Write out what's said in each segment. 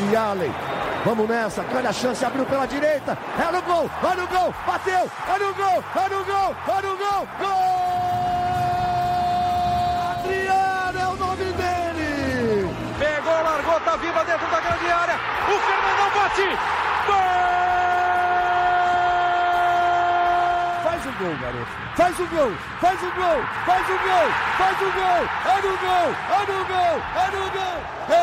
de Allen. Vamos nessa, grande a chance, abriu pela direita, é no gol, bateu, é no gol, gol! Adriano é o nome dele! Pegou, largou, tá viva dentro da grande área, o Fernandão bate, gol! Faz o gol, garoto, faz o gol, é no gol!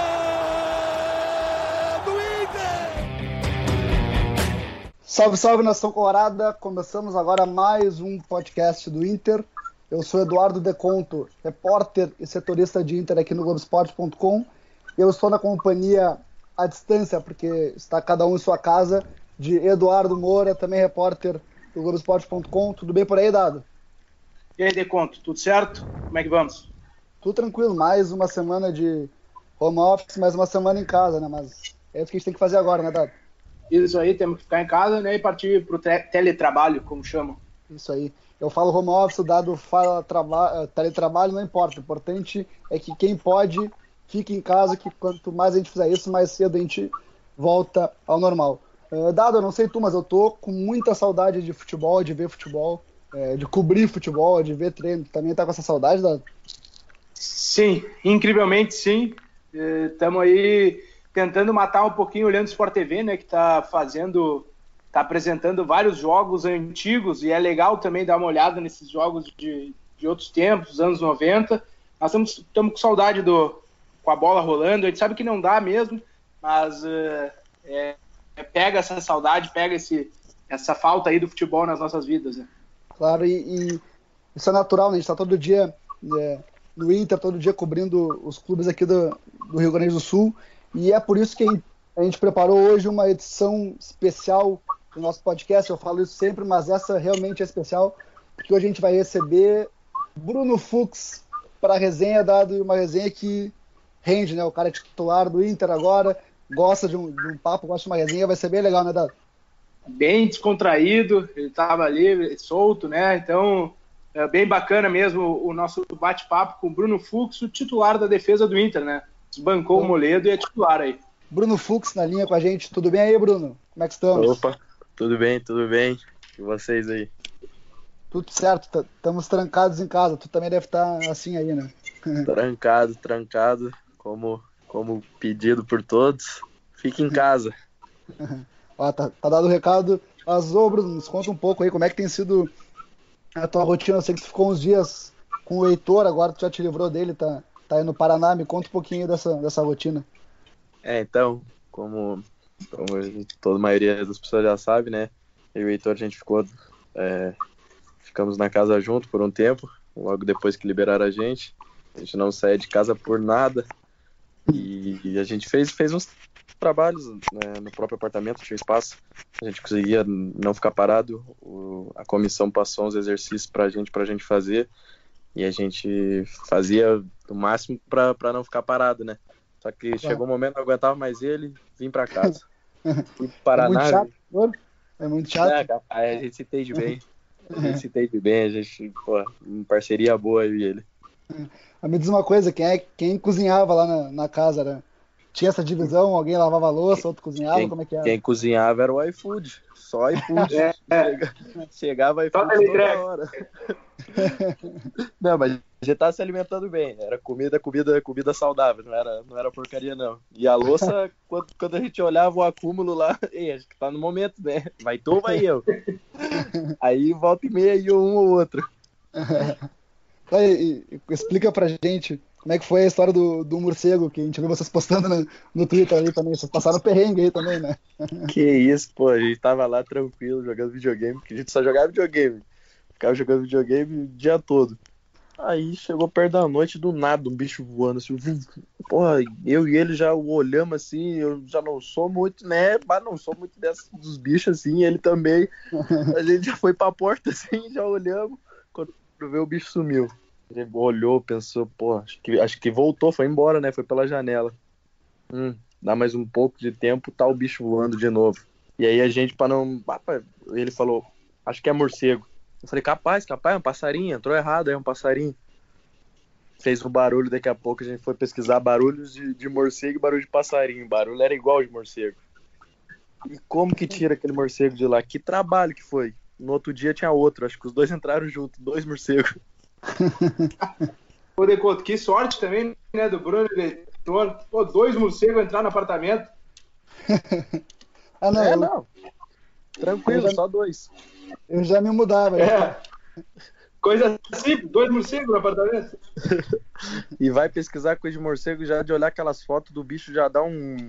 Salve, salve, nação colorada! Começamos agora mais um podcast do Inter. Eu sou Eduardo Deconto, repórter e setorista de Inter aqui no Globoesporte.com. Eu estou na companhia à distância, porque está cada um em sua casa, de Eduardo Moura, também repórter do Globoesporte.com. Tudo bem por aí, Dado? E aí, Deconto, tudo certo? Como é que vamos? Tudo tranquilo, mais uma semana de home office, mais uma semana em casa, né? Mas é isso que a gente tem que fazer agora, né, Dado? Isso aí, temos que ficar em casa, né, e partir para o teletrabalho, como chamam. Isso aí. Eu falo home office, o Dado fala teletrabalho, não importa. O importante é que quem pode fique em casa, que quanto mais a gente fizer isso, mais cedo a gente volta ao normal. Dado, eu não sei tu, mas eu tô com muita saudade de futebol, de ver futebol, de cobrir futebol, de ver treino. Também tá com essa saudade, Dado? Sim, incrivelmente sim. Estamos aí tentando matar um pouquinho olhando o Sport TV, né, que está apresentando vários jogos antigos, e é legal também dar uma olhada nesses jogos de outros tempos, dos anos 90. Nós estamos com saudade com a bola rolando, a gente sabe que não dá mesmo, mas pega essa saudade, pega essa falta aí do futebol nas nossas vidas, né? Claro, e isso é natural, né? A gente está todo dia no Inter, todo dia cobrindo os clubes aqui do Rio Grande do Sul. E é por isso que a gente preparou hoje uma edição especial do nosso podcast. Eu falo isso sempre, mas essa realmente é especial, porque hoje a gente vai receber Bruno Fux para a resenha, Dado, uma resenha que rende, né? O cara é titular do Inter agora, gosta de um papo, gosta de uma resenha, vai ser bem legal, né, Dado? Bem descontraído, ele estava ali, solto, né? Então, é bem bacana mesmo o nosso bate-papo com o Bruno Fux, o titular da defesa do Inter, né? Desbancou o Moledo e é titular aí. Bruno Fux na linha com a gente. Tudo bem aí, Bruno? Como é que estamos? Opa, tudo bem. E vocês aí? Tudo certo, estamos trancados em casa. Tu também deve estar assim aí, né? Trancado, como pedido por todos. Fique em casa. Ó, tá dado o recado. Mas, ô, Bruno, nos conta um pouco aí como é que tem sido a tua rotina. Eu sei que tu ficou uns dias com o Heitor, agora tu já te livrou dele, tá aí no Paraná. Me conta um pouquinho dessa rotina. Então, como toda a maioria das pessoas já sabe, né? Eu e o Heitor, a gente ficamos na casa junto por um tempo, logo depois que liberaram a gente. A gente não saía de casa por nada. E a gente fez uns trabalhos, né, no próprio apartamento, tinha espaço. A gente conseguia não ficar parado. A comissão passou uns exercícios pra gente fazer. E a gente fazia o máximo para não ficar parado, né? Só que chegou um momento que não aguentava mais ele, vim para casa. Fui para Paraná. É muito chato. A gente se entende bem. A gente, uma parceria boa, eu e ele. Me diz uma coisa, quem cozinhava lá na casa, né? Tinha essa divisão, alguém lavava a louça, outro cozinhava, como é que era? Quem cozinhava era o iFood, só iFood. Chegava iFood toda hora. Não, mas a gente tava se alimentando bem, era comida saudável, não era porcaria não. E a louça, quando a gente olhava o acúmulo lá, acho que tá no momento, né? Vai tu ou vai eu? Aí volta e meia e um ou outro. Explica pra gente como é que foi a história do morcego, que a gente viu vocês postando no Twitter aí também. Vocês passaram perrengue aí também, né? Que isso, pô, a gente tava lá tranquilo, jogando videogame, porque a gente só jogava videogame. Ficava jogando videogame o dia todo. Aí chegou perto da noite, do nada, um bicho voando assim. Porra, eu e ele já olhamos assim, eu já não sou muito, né? Mas não sou muito dos bichos assim, ele também. A gente já foi pra porta assim, já olhamos. Quando veio, o bicho sumiu. Ele olhou, pensou, pô, acho que voltou, foi embora, né? Foi pela janela. Dá mais um pouco de tempo, tá o bicho voando de novo. E aí a gente, pra não... Ele falou, acho que é morcego. Eu falei, capaz, é um passarinho, entrou errado, é um passarinho. fez um barulho, daqui a pouco a gente foi pesquisar barulhos de morcego e barulho de passarinho. O barulho era igual de morcego. E como que tira aquele morcego de lá? Que trabalho que foi. No outro dia tinha outro, acho que os dois entraram junto, 2 morcegos. Pô, Decoto, que sorte também, né, do Bruno e do Heitor. Pô, 2 morcegos entrar no apartamento. Não, não. Tranquilo, só 2. Eu já me mudava. Coisa simples, 2 morcegos no apartamento. E vai pesquisar coisa de morcego, já de olhar aquelas fotos do bicho já dá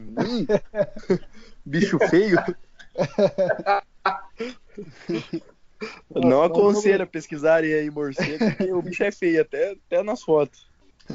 bicho feio. Não aconselho a pesquisarem aí morcego, porque o bicho é feio, até nas fotos.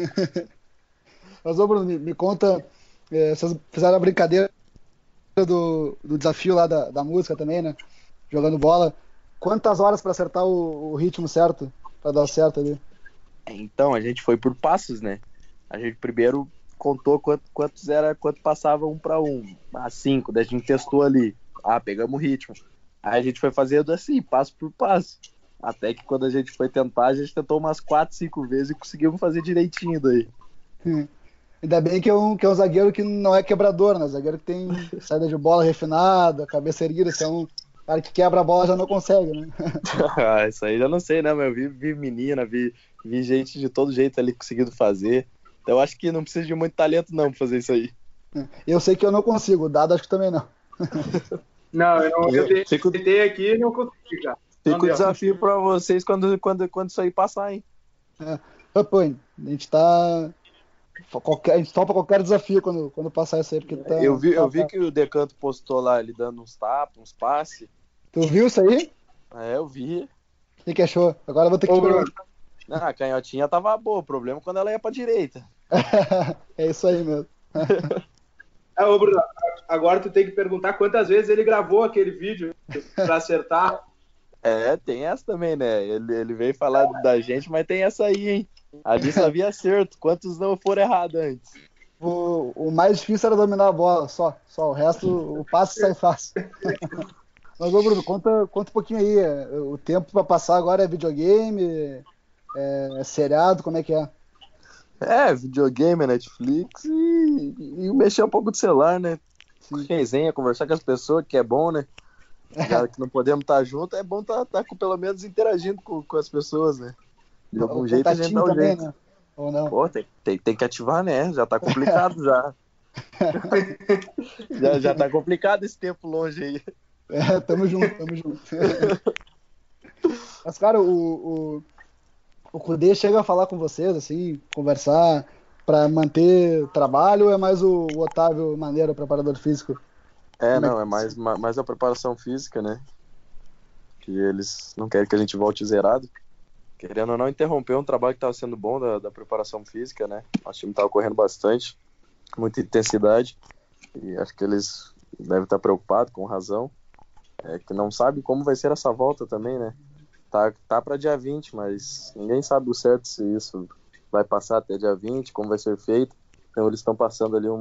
Mas, ô Bruno, me conta, vocês fizeram a brincadeira do desafio lá da música também, né? Jogando bola. Quantas horas para acertar o ritmo certo, para dar certo ali? Então, a gente foi por passos, né? A gente primeiro contou quanto passava 1 para 1. 5, daí a gente testou ali. Pegamos o ritmo. Aí a gente foi fazendo assim, passo por passo. Até que quando a gente foi tentar, a gente tentou umas 4, 5 vezes e conseguimos fazer direitinho daí. Ainda bem que é um zagueiro que não é quebrador, né? Zagueiro que tem saída de bola refinada, cabeça erguida, se é um cara que quebra a bola já não consegue, né? Isso aí já não sei, né? Mas eu vi menina, vi gente de todo jeito ali conseguindo fazer. Então eu acho que não precisa de muito talento não pra fazer isso aí. Eu sei que eu não consigo, o Dado acho que também não. Não, eu tentei aqui e não consegui, cara. Fica o desafio pra vocês quando isso aí passar, hein? Pô, a gente tá... a gente topa qualquer desafio quando passar isso aí, porque tá... Eu vi que o Decanto postou lá, ele dando uns tapas, uns passes. Tu viu isso aí? Eu vi. O que achou? Agora eu vou ter que te perguntar. A canhotinha tava boa, o problema é quando ela ia pra direita. É isso aí mesmo. Ô Bruno, agora tu tem que perguntar quantas vezes ele gravou aquele vídeo pra acertar. Tem essa também, né? Ele veio falar da gente, mas tem essa aí, hein? Ali só havia acerto. Quantos não foram errados antes? O mais difícil era dominar a bola, só. O resto, o passe sai fácil. Mas, ô Bruno, conta um pouquinho aí. O tempo pra passar agora é videogame, é seriado, como é que é? Videogame, Netflix e mexer um pouco do celular, né? Resenha, conversar com as pessoas, que é bom, né? Já que não podemos estar junto, é bom estar pelo menos interagindo com as pessoas, né? De algum jeito a gente dá um jeito. Né? Ou não? Pô, tem que ativar, né? Já tá complicado já. já tá complicado esse tempo longe aí. Tamo junto. Mas, cara, o Kudê chega a falar com vocês, assim, conversar pra manter trabalho ou é mais o Otávio Maneiro, o preparador físico? É mais a preparação física, né? Que eles não querem que a gente volte zerado. Querendo ou não, interromper um trabalho que estava sendo bom da preparação física, né? O time estava correndo bastante, muita intensidade, e acho que eles devem estar preocupados, com razão, que não sabe como vai ser essa volta também, né? Tá para dia 20, mas ninguém sabe o certo se isso vai passar até dia 20, como vai ser feito. Então eles estão passando ali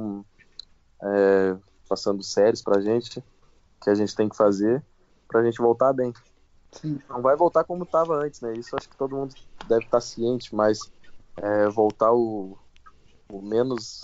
passando séries pra gente, que a gente tem que fazer pra gente voltar bem. Sim. Não vai voltar como estava antes, né? Isso acho que todo mundo deve estar ciente, mas voltar o menos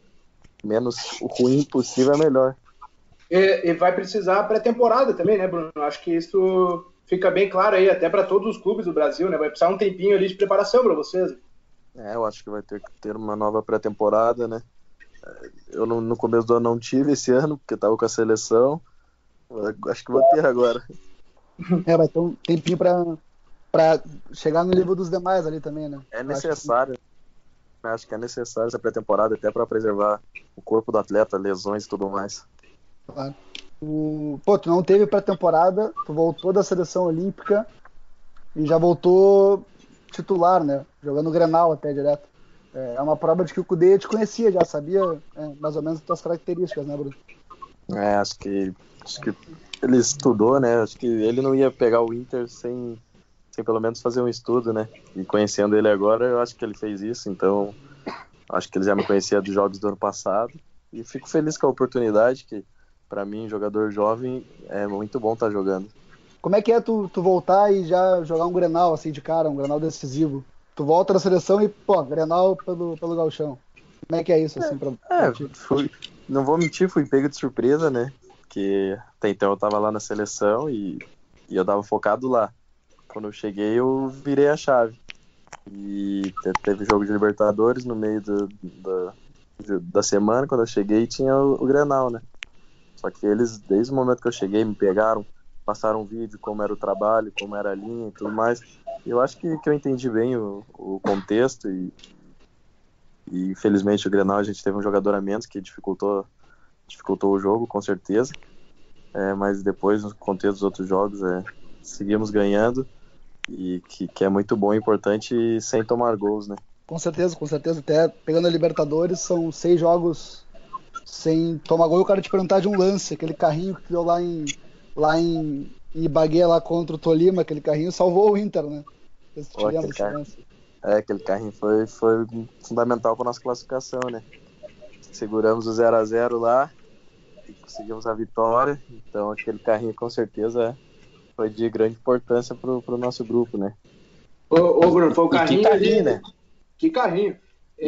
ruim possível é melhor. E vai precisar pré-temporada também, né, Bruno? Acho que isso fica bem claro aí, até para todos os clubes do Brasil, né? Vai precisar um tempinho ali de preparação para vocês. Eu acho que vai ter que ter uma nova pré-temporada, né? Eu no começo do ano não tive esse ano, porque estava com a seleção. Acho que vou ter agora. Vai ter um tempinho pra chegar no nível dos demais ali também, né? É necessário. Acho que é necessário essa pré-temporada até para preservar o corpo do atleta, lesões e tudo mais. Claro. Tu não teve pré-temporada, tu voltou da seleção olímpica e já voltou titular, né? Jogando Grenal até direto. É uma prova de que o Kudê te conhecia, já sabia mais ou menos as tuas características, né, Bruno? Acho que ele estudou, né? Acho que ele não ia pegar o Inter sem pelo menos fazer um estudo, né? E conhecendo ele agora, eu acho que ele fez isso, então acho que ele já me conhecia dos jogos do ano passado e fico feliz com a oportunidade, que para mim, jogador jovem, é muito bom estar jogando. Como é que é tu voltar e já jogar um Grenal assim de cara, um Grenal decisivo? tu volta da seleção e, pô, Grenal pelo gauchão. Como é que é isso, assim, pra ti? Não vou mentir, fui pego de surpresa, né? Porque até então eu tava lá na seleção e eu tava focado lá. Quando eu cheguei, eu virei a chave. E teve jogo de Libertadores no meio da semana. Quando eu cheguei, tinha o Grenal, né? Só que eles, desde o momento que eu cheguei, me pegaram, passaram um vídeo, como era o trabalho, como era a linha e tudo mais. E eu acho que eu entendi bem o contexto e infelizmente o Grenal a gente teve um jogador a menos que dificultou o jogo, com certeza. Mas depois, no contexto dos outros jogos, seguimos ganhando e que é muito bom e importante sem tomar gols, né? Com certeza. Até pegando a Libertadores, são 6 jogos sem tomar gol. Eu quero te perguntar de um lance, aquele carrinho que deu lá em Ibagué, lá contra o Tolima, aquele carrinho salvou o Inter, né? Aquele carrinho foi fundamental para nossa classificação, né? Seguramos o 0-0 lá e conseguimos a vitória. Então aquele carrinho com certeza foi de grande importância pro nosso grupo, né? Ô Bruno, foi o carrinho, que carrinho, né? Que carrinho?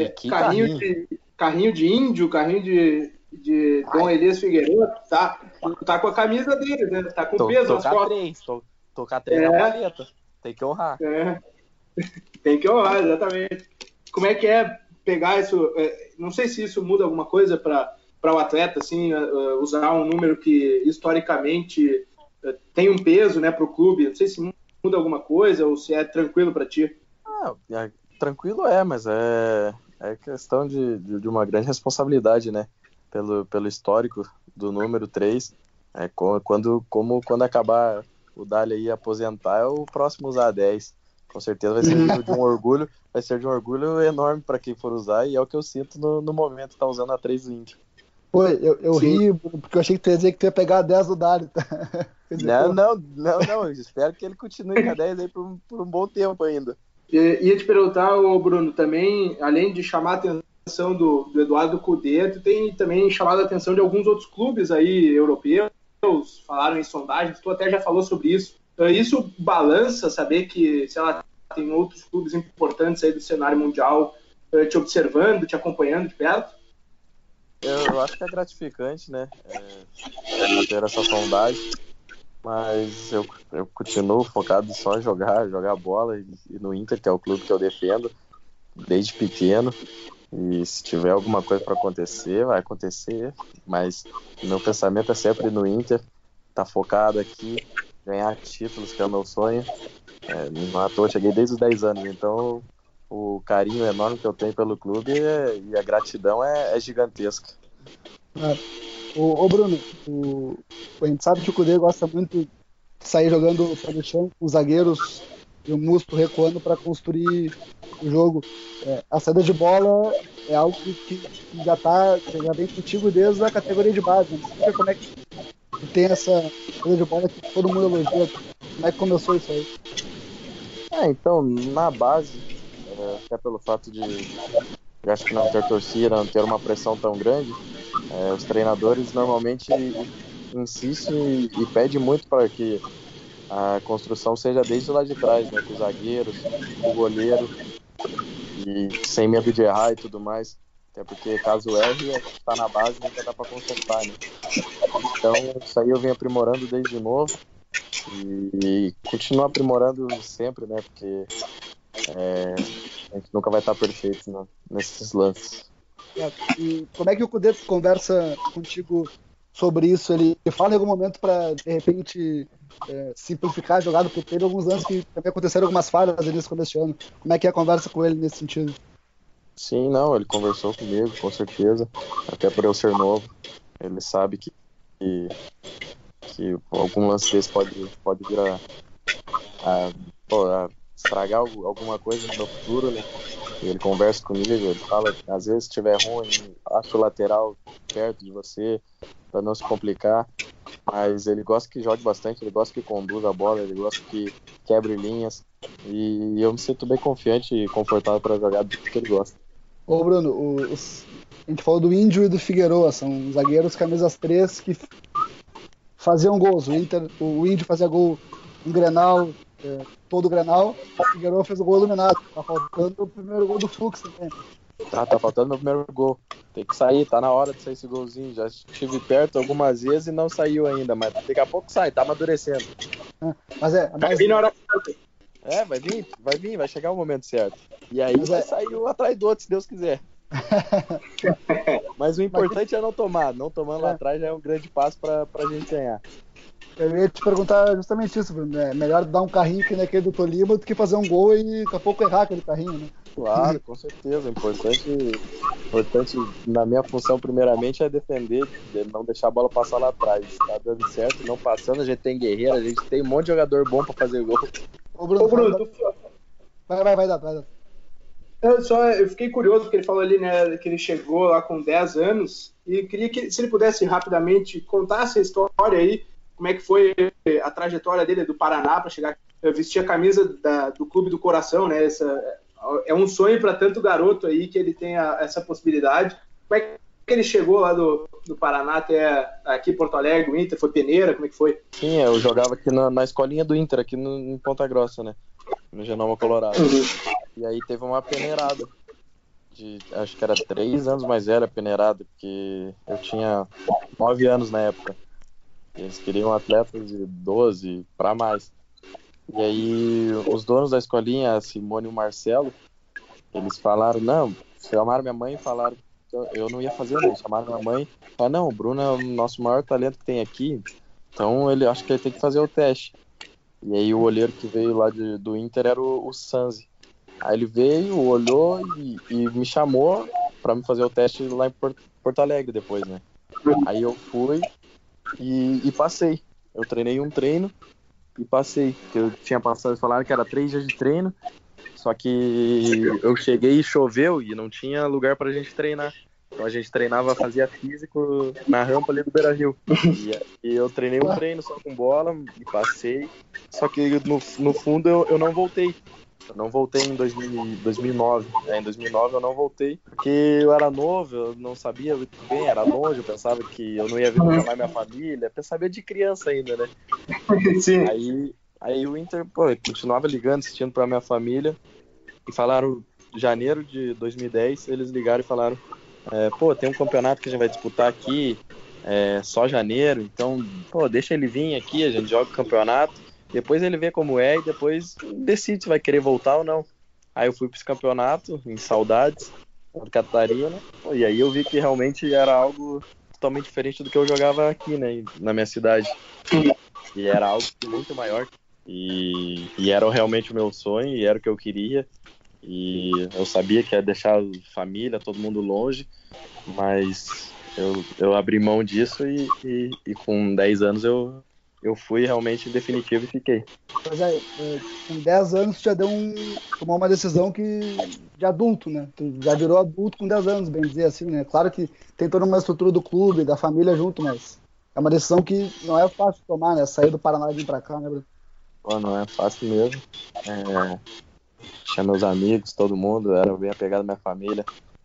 Carrinho de índio, carrinho de Dom Elias Figueiredo, tá com a camisa dele, né? Tá com peso nas costas. Tô com a 3 na paleta. Tem que honrar. Tem que honrar, exatamente. Como é que é pegar isso? Não sei se isso muda alguma coisa para o atleta, assim, usar um número que historicamente tem um peso, né, para o clube. Não sei se muda alguma coisa ou se é tranquilo para ti. Tranquilo mas é questão de uma grande responsabilidade, né? Pelo histórico do número 3. Quando acabar o Dali aí aposentar, é o próximo usar a 10. Com certeza vai ser de um orgulho enorme para quem for usar, e é o que eu sinto no momento, tá usando a 3 do Inter. Pô, eu ri porque eu achei que tu ia dizer que tu ia pegar a 10 do Dali. Não, eu espero que ele continue com a 10 aí por um bom tempo ainda. Ia te perguntar, Bruno, também, além de chamar a atenção do Eduardo Cudê, tu tem também chamado a atenção de alguns outros clubes aí europeus, falaram em sondagens, tu até já falou sobre isso. Isso balança saber que, sei lá, tem outros clubes importantes aí do cenário mundial te observando, te acompanhando de perto? Eu acho que é gratificante, né? Ter essa sondagem, mas eu continuo focado só em jogar bola e no Inter, que é o clube que eu defendo desde pequeno. E se tiver alguma coisa para acontecer, vai acontecer. Mas meu pensamento é sempre no Inter, tá focado aqui, ganhar títulos, que é o meu sonho. Não à toa, cheguei desde os 10 anos, então o carinho enorme que eu tenho pelo clube e a gratidão é gigantesca. Ô Bruno, a gente sabe que o Cudê gosta muito de sair jogando pé no chão com os zagueiros e o Musto recuando para construir o jogo. A saída de bola é algo que já vem contigo desde a categoria de base. Não sei como é que tem essa saída de bola que todo mundo elogia. Como é que começou isso aí? Então, na base, até pelo fato de eu acho que não ter torcida, não ter uma pressão tão grande, os treinadores normalmente insistem e pedem muito para que a construção seja desde lá de trás, né, com os zagueiros, o goleiro, e sem medo de errar e tudo mais, até porque caso erre, está na base, nunca dá para consertar, né? Então isso aí eu venho aprimorando desde novo e continuo aprimorando sempre, né, porque a gente nunca vai estar perfeito nesses lances. E como é que o Cudê conversa contigo sobre isso? Ele fala em algum momento para, de repente, simplificar a jogada, porque teve alguns lances que também aconteceram algumas falhas ali nesse começo de ano. Como é que é a conversa com ele nesse sentido? Sim, não, ele conversou comigo, com certeza, até por eu ser novo. Ele sabe que algum lance desse pode vir a estragar alguma coisa no meu futuro, né? E ele conversa comigo, ele fala que às vezes se estiver ruim, acha o lateral perto de você, para não se complicar, mas ele gosta que jogue bastante, ele gosta que conduza a bola, ele gosta que quebre linhas, e eu me sinto bem confiante e confortável para jogar do que ele gosta. Ô Bruno, a gente falou do Índio e do Figueroa, são zagueiros camisas 3 que faziam gols. O Índio fazia gol em Grenal, todo o Grenal. O Figueiredo fez o gol iluminado. Tá faltando o primeiro gol do Fux também. Tá faltando meu primeiro gol. Tem que sair, tá na hora de sair esse golzinho. Já estive perto algumas vezes e não saiu ainda, mas daqui a pouco sai, tá amadurecendo. Vai vir na hora certa. Vai chegar o momento certo. E aí vai sair um atrás do outro, se Deus quiser. Mas o importante é não tomar. Não tomando lá atrás já é um grande passo pra gente ganhar. Eu ia te perguntar justamente isso, Bruno. É melhor dar um carrinho que naquele do Tolima do que fazer um gol e daqui a pouco errar aquele carrinho, né? Claro, com certeza. Importante na minha função, primeiramente, é defender, não deixar a bola passar lá atrás. Tá dando certo, não passando, a gente tem guerreiro, a gente tem um monte de jogador bom pra fazer gol. Ô, Bruno, vai dar. Eu fiquei curioso porque ele falou ali, né, que ele chegou lá com 10 anos e queria que, se ele pudesse rapidamente contar essa história aí, como é que foi a trajetória dele do Paraná para chegar, vestir a camisa do Clube do Coração, né? É um sonho para tanto garoto aí que ele tenha essa possibilidade. Como é que ele chegou lá do Paraná até aqui Porto Alegre, o Inter? Foi peneira? Como é que foi? Sim, eu jogava aqui na escolinha do Inter, aqui em Ponta Grossa, né? No Genoma Colorado. E aí teve uma peneirada. Acho que era 3 anos mais velha a peneirada, porque eu tinha 9 anos na época. Eles queriam atletas de 12 para mais. E aí os donos da escolinha, a Simone e o Marcelo, eles falaram, não, chamaram minha mãe e falaram que eu não ia fazer não. Chamaram minha mãe e falaram, não, o Bruno é o nosso maior talento que tem aqui, então acho que ele tem que fazer o teste. E aí o olheiro que veio lá do Inter era o Sanzi. Aí ele veio, olhou e me chamou para me fazer o teste lá em Porto Alegre depois, né? Aí eu fui e passei. Eu treinei um treino e passei. Eu tinha passado, falaram que era 3 dias de treino, só que eu cheguei e choveu e não tinha lugar pra gente treinar. Então a gente treinava, fazia físico na rampa ali do Beira-Rio. E eu treinei um treino só com bola e passei. Só que no fundo eu não voltei. Eu não voltei em 2009. Em 2009 eu não voltei, porque eu era novo, eu não sabia muito bem, era longe, eu pensava que eu não ia ver nunca mais minha família, pensava de criança ainda, né? Sim. Aí o Inter, continuava ligando, assistindo pra minha família, e falaram, janeiro de 2010, eles ligaram e falaram, tem um campeonato que a gente vai disputar aqui, só janeiro, então, deixa ele vir aqui, a gente joga o campeonato, depois ele vê como é e depois decide se vai querer voltar ou não. Aí eu fui para esse campeonato, em Saudades, Santa Catarina, e aí eu vi que realmente era algo totalmente diferente do que eu jogava aqui, né, na minha cidade. E era algo muito maior. E era realmente o meu sonho, e era o que eu queria. E eu sabia que ia deixar a família, todo mundo longe, mas eu abri mão disso e com 10 anos eu fui realmente definitivo e fiquei. Pois com 10 anos tu já tomou uma decisão de adulto, né? Tu já virou adulto com 10 anos, bem dizer assim, né? Claro que tem toda uma estrutura do clube, da família junto, mas é uma decisão que não é fácil de tomar, né? Sair do Paraná e vir pra cá, né, Bruno? Não é fácil mesmo. Tinha meus amigos, todo mundo, era bem apegado à minha família.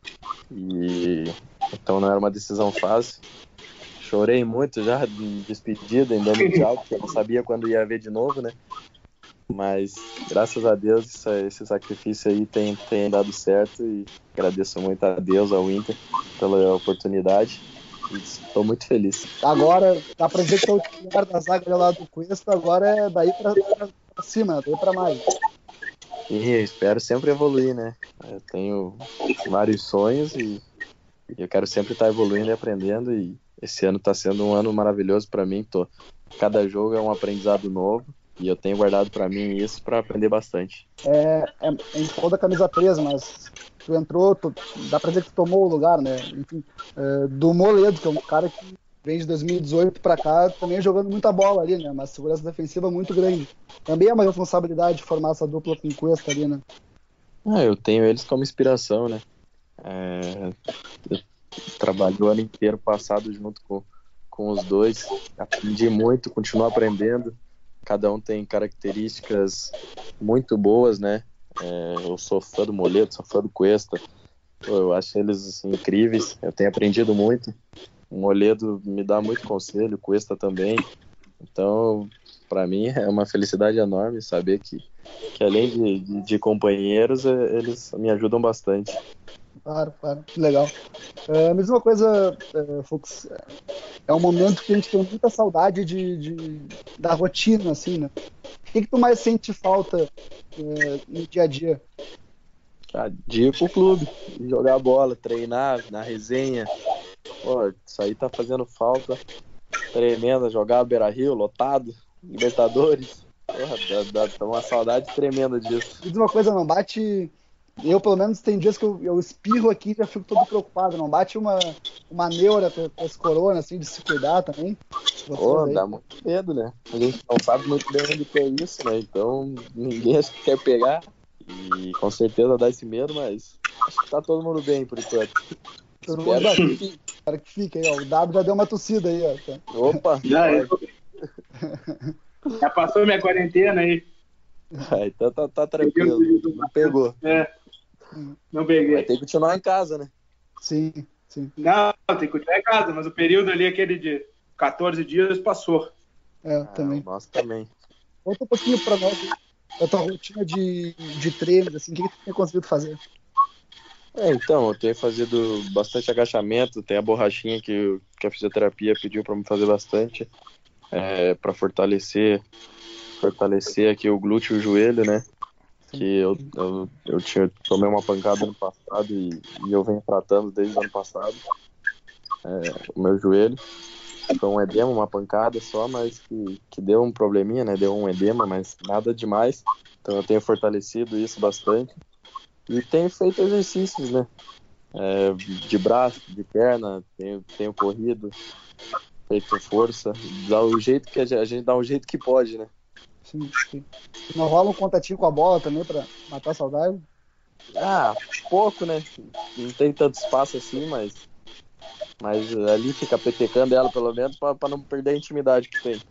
Então não era uma decisão fácil. Chorei muito já de despedida, ainda no mundial, porque eu não sabia quando ia ver de novo, né? Mas, graças a Deus, esse sacrifício aí tem dado certo e agradeço muito a Deus, ao Inter, pela oportunidade e estou muito feliz. Agora, dá pra dizer que é o lugar da zaga lá do Cuesta, agora é daí pra cima, daí pra mais. E eu espero sempre evoluir, né? Eu tenho vários sonhos e eu quero sempre estar evoluindo e aprendendo e esse ano está sendo um ano maravilhoso para mim. Cada jogo é um aprendizado novo e eu tenho guardado para mim isso para aprender bastante. A gente falou da camisa 3, mas tu entrou, dá para dizer que tu tomou o lugar, né? Enfim, do Moledo, que é um cara que vem de 2018 para cá também jogando muita bola ali, né? Uma segurança defensiva muito grande. Também é uma responsabilidade formar essa dupla com o Cuesta ali, né? Eu tenho eles como inspiração, né? Eu trabalhei o ano inteiro passado junto com os dois, aprendi muito, continuo aprendendo. Cada um tem características muito boas, né? Eu sou fã do Moledo, sou fã do Cuesta. Eu acho eles assim, incríveis, eu tenho aprendido muito. O Moledo me dá muito conselho, o Cuesta também. Então, para mim é uma felicidade enorme saber que além de companheiros, eles me ajudam bastante. Claro, que legal. A mesma coisa, Fux, é um momento que a gente tem muita saudade da rotina, assim, né? O que tu mais sente falta no dia a dia? De ir pro clube, jogar bola, treinar na resenha. Pô, isso aí tá fazendo falta tremenda, jogar Beira-Rio, lotado, Libertadores. Porra, dá uma saudade tremenda disso. Diz uma coisa, não bate... Eu, pelo menos, tem dias que eu espirro aqui e já fico todo preocupado. Não bate uma neura com as coronas, assim, de se cuidar também? Pô, dá muito medo, né? A gente não sabe muito bem onde que é isso, né? Então, ninguém acha que quer pegar. E com certeza dá esse medo, mas acho que tá todo mundo bem por enquanto. Espero que fique aí, ó. O Dado já deu uma tossida aí, ó. Opa! Já passou minha quarentena aí. Então tá tranquilo. Não pegou. Não peguei. Vai ter que continuar em casa, né? Sim. Não, tem que continuar em casa, mas o período ali, aquele de 14 dias, passou. Também. Nós também. Conta um pouquinho pra nós da tua rotina de treinos, assim, o que tu tem conseguido fazer? Então, eu tenho fazido bastante agachamento, tem a borrachinha que a fisioterapia pediu pra me fazer bastante, pra fortalecer aqui o glúteo e o joelho, né? Que eu tomei uma pancada no passado e eu venho tratando desde o ano passado o meu joelho. Foi um edema, uma pancada só, mas que deu um probleminha, né? Deu um edema, mas nada demais. Então eu tenho fortalecido isso bastante. E tenho feito exercícios, né? De braço, de perna, tenho corrido, feito força. Dá o jeito que a gente dá o jeito que pode, né? Sim. Não rola um contatinho com a bola também pra matar a saudade? Pouco, né? Não tem tanto espaço assim, mas ali fica petecando ela pelo menos pra não perder a intimidade que tem.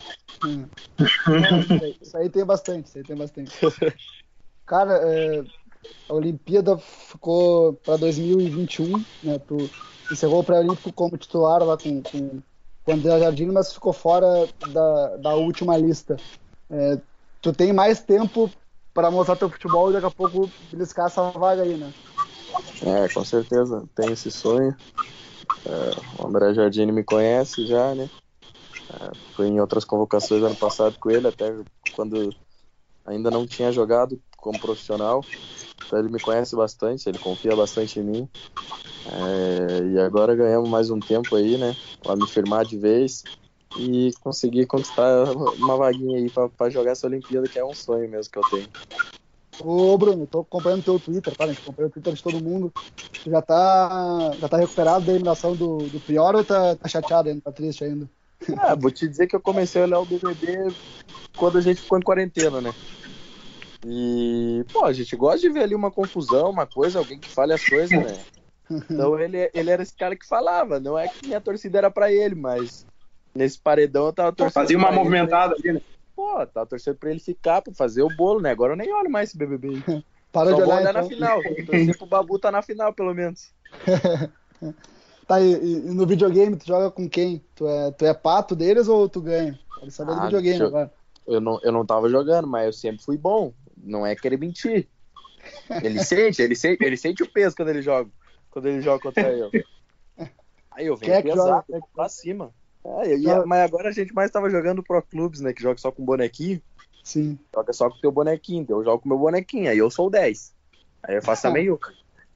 Isso aí tem bastante. Cara, a Olimpíada ficou para 2021, né? Tu encerrou o pré-olímpico como titular lá com o André Jardine, mas ficou fora da última lista. Tu tem mais tempo para mostrar teu futebol e daqui a pouco beliscar essa vaga aí, né? Com certeza, tenho esse sonho. O André Jardine me conhece já, né? Fui em outras convocações ano passado com ele, até quando ainda não tinha jogado como profissional. Então ele me conhece bastante, ele confia bastante em mim. E agora ganhamos mais um tempo aí, né? Pra me firmar de vez e conseguir conquistar uma vaguinha aí pra jogar essa Olimpíada, que é um sonho mesmo que eu tenho. Ô Bruno, tô acompanhando teu Twitter, tá? A gente acompanha o Twitter de todo mundo. Tu já tá recuperado da eliminação do Prior ou tá chateado ainda, tá triste ainda? Vou te dizer que eu comecei a olhar o BBB quando a gente ficou em quarentena, né? E, a gente gosta de ver ali uma confusão, uma coisa, alguém que fale as coisas, né? Então ele era esse cara que falava, não é que minha torcida era pra ele, mas nesse paredão eu tava torcendo. Fazia uma movimentada ali, né? Tava torcendo pra ele ficar, pra fazer o bolo, né? Agora eu nem olho mais esse BBB aí. Parou de olhar na final. Torcer pro Babu tá na final, pelo menos. Tá, e no videogame tu joga com quem? Tu é pato deles ou tu ganha? Quero saber do videogame agora. Eu não tava jogando, mas eu sempre fui bom. Não é querer mentir. Ele sente o peso quando ele joga contra eu. Aí eu venho pesado, pra cima. Mas agora a gente mais tava jogando Pro Clubes, né? Que joga só com bonequinho. Sim. Joga só com o teu bonequinho. Então eu jogo com o meu bonequinho. Aí eu sou o 10. Aí eu faço a meiuca.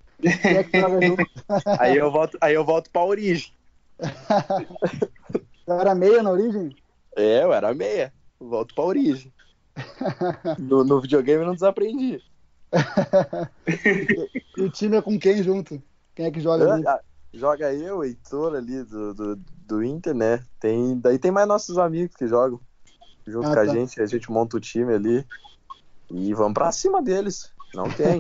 Aí eu volto pra origem. Você era meia na origem? Eu era meia. Volto pra origem. No videogame eu não desaprendi. E o time é com quem junto? Quem é que joga junto? Joga eu, o Heitor ali do Inter, né? Daí tem mais nossos amigos que jogam junto com a gente monta o time ali e vamos pra cima deles. Não tem.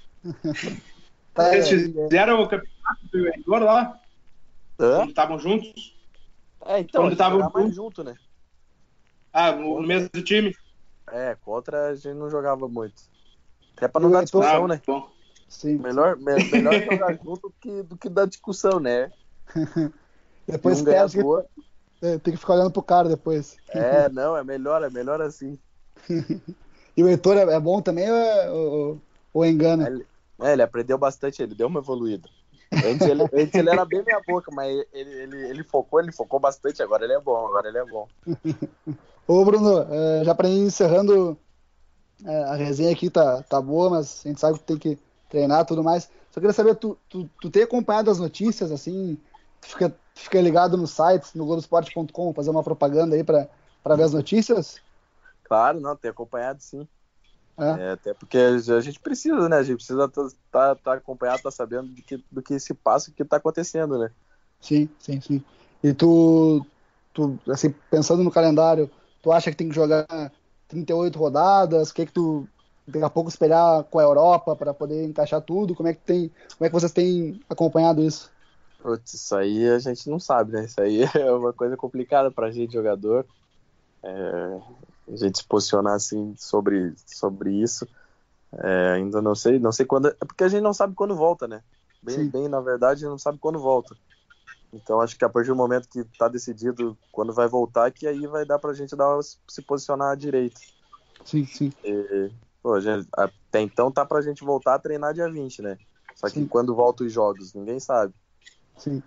Eles fizeram o campeonato do Heitor lá? Quando estavam juntos? Então, quando estavam mais junto, né? No mesmo time? Contra a gente não jogava muito. Até pra não dar discussão, né? Bom. Sim. Melhor jogar junto do que dar discussão, né? Depois perde Tem que ficar olhando pro cara depois. Não, é melhor assim. E o Heitor é bom também ou engana? Ele aprendeu bastante, ele deu uma evoluída. Antes ele era bem meia boca, mas ele focou bastante, agora ele é bom. Ô Bruno, já pra ir encerrando, a resenha aqui tá boa, mas a gente sabe que tem que treinar e tudo mais. Só queria saber, tu tem acompanhado as notícias, assim, tu fica ligado nos sites, no Globoesporte.com, fazer uma propaganda aí pra ver as notícias? Claro, não, tem acompanhado sim. Até porque a gente precisa, né? A gente precisa tá acompanhado, tá sabendo do que se passa, o que tá acontecendo, né? Sim. E tu, assim, pensando no calendário, tu acha que tem que jogar 38 rodadas? Que tu daqui a pouco esperar com a Europa para poder encaixar tudo? Como é que vocês têm acompanhado isso? Putz, isso aí a gente não sabe, né? Isso aí é uma coisa complicada pra gente, jogador. A gente se posicionar assim sobre isso. Ainda não sei quando. É porque a gente não sabe quando volta, né? Bem, na verdade, a gente não sabe quando volta. Então acho que a partir do momento que tá decidido quando vai voltar, que aí vai dar pra gente se posicionar direito. Sim. Até então tá pra gente voltar a treinar dia 20, né? Só que quando voltam os jogos, ninguém sabe. Sim.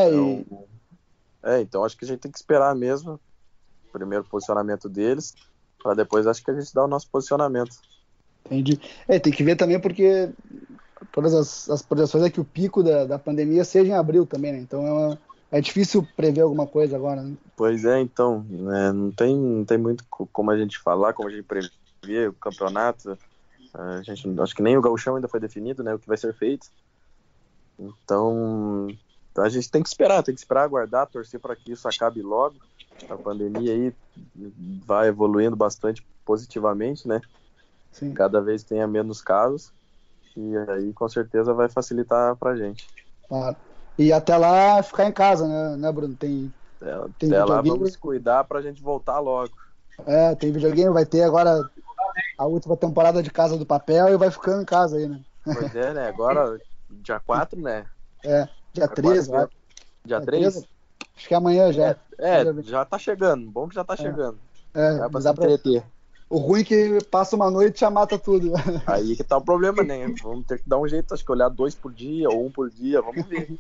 Então acho que a gente tem que esperar mesmo o primeiro posicionamento deles, para depois acho que a gente dá o nosso posicionamento. Entendi. Tem que ver também porque todas as projeções é que o pico da pandemia seja em abril também, né? Então é difícil prever alguma coisa agora, né? Pois então, não tem muito como a gente falar, como a gente prever o campeonato. Acho que nem o gauchão ainda foi definido, né? O que vai ser feito. Então a gente tem que esperar, aguardar, torcer para que isso acabe logo. A pandemia aí vai evoluindo bastante positivamente, né? Sim. Cada vez tenha menos casos e aí com certeza vai facilitar pra gente. Claro. E até lá ficar em casa, né Bruno? Tem até lá vamos cuidar pra gente voltar logo. Tem videogame, vai ter agora a última temporada de Casa do Papel e vai ficando em casa aí, né? Pois né? Agora dia 4, né? Dia 3, vai. Dia 3? Acho que é amanhã já. Já tá chegando. Bom que já tá chegando. Dá pra se entreter. O ruim é que passa uma noite e já mata tudo. Aí que tá o problema, né? Vamos ter que dar um jeito, acho que olhar 2 por dia ou 1 por dia, vamos ver.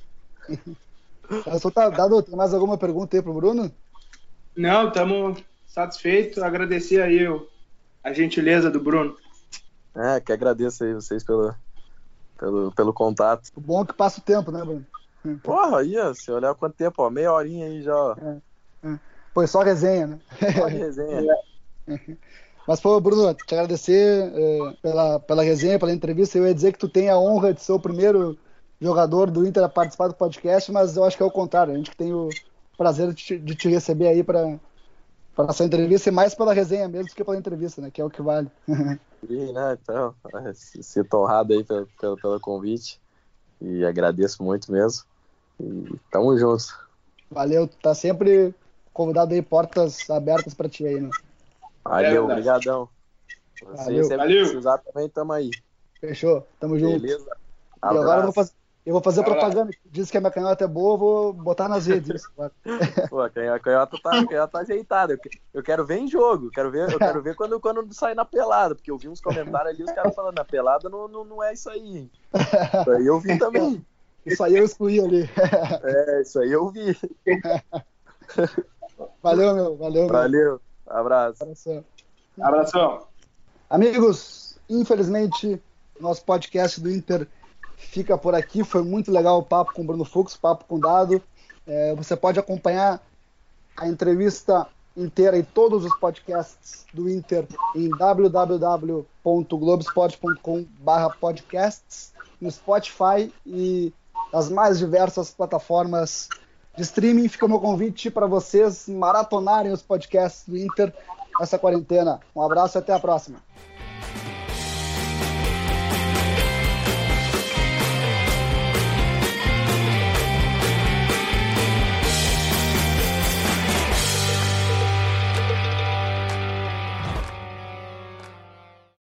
Dado, tem mais alguma pergunta aí pro Bruno? Não, estamos satisfeitos. Agradecer aí a gentileza do Bruno. Que agradeço aí vocês pelo contato. O bom é que passa o tempo, né, Bruno? Porra, aí, se olhar quanto tempo, meia horinha aí já. Foi só resenha, né? Só resenha. Mas, pô, Bruno, te agradecer pela resenha, pela entrevista. Eu ia dizer que tu tem a honra de ser o primeiro jogador do Inter a participar do podcast, mas eu acho que é o contrário. A gente que tem o prazer de te receber aí para essa entrevista, e mais pela resenha mesmo do que pela entrevista, né? Que é o que vale. Sim, né? Então, sinto honrado aí pelo convite e agradeço muito mesmo. E tamo junto. Valeu, tá sempre convidado aí, portas abertas pra ti aí, né? Valeu, obrigadão. Valeu. Sempre precisar também, tamo aí. Fechou, tamo junto. Beleza. E agora eu vou fazer propaganda. Diz que a minha canhota é boa, eu vou botar nas redes. Pô, a canhota tá ajeitada. Eu quero ver em jogo. Eu quero ver quando sair na pelada. Porque eu vi uns comentários ali, os caras falando, na pelada não é isso aí. Isso aí eu vi também. Isso aí eu excluí ali. Isso aí eu vi. Valeu, meu. Valeu. Abraço. Abração. Amigos, infelizmente, nosso podcast do Inter fica por aqui. Foi muito legal o papo com o Bruno Fux, o papo com o Dado. Você pode acompanhar a entrevista inteira e todos os podcasts do Inter em www.globesport.com/podcasts, no Spotify e nas mais diversas plataformas de streaming. Fica o meu convite para vocês maratonarem os podcasts do Inter nessa quarentena. Um abraço e até a próxima.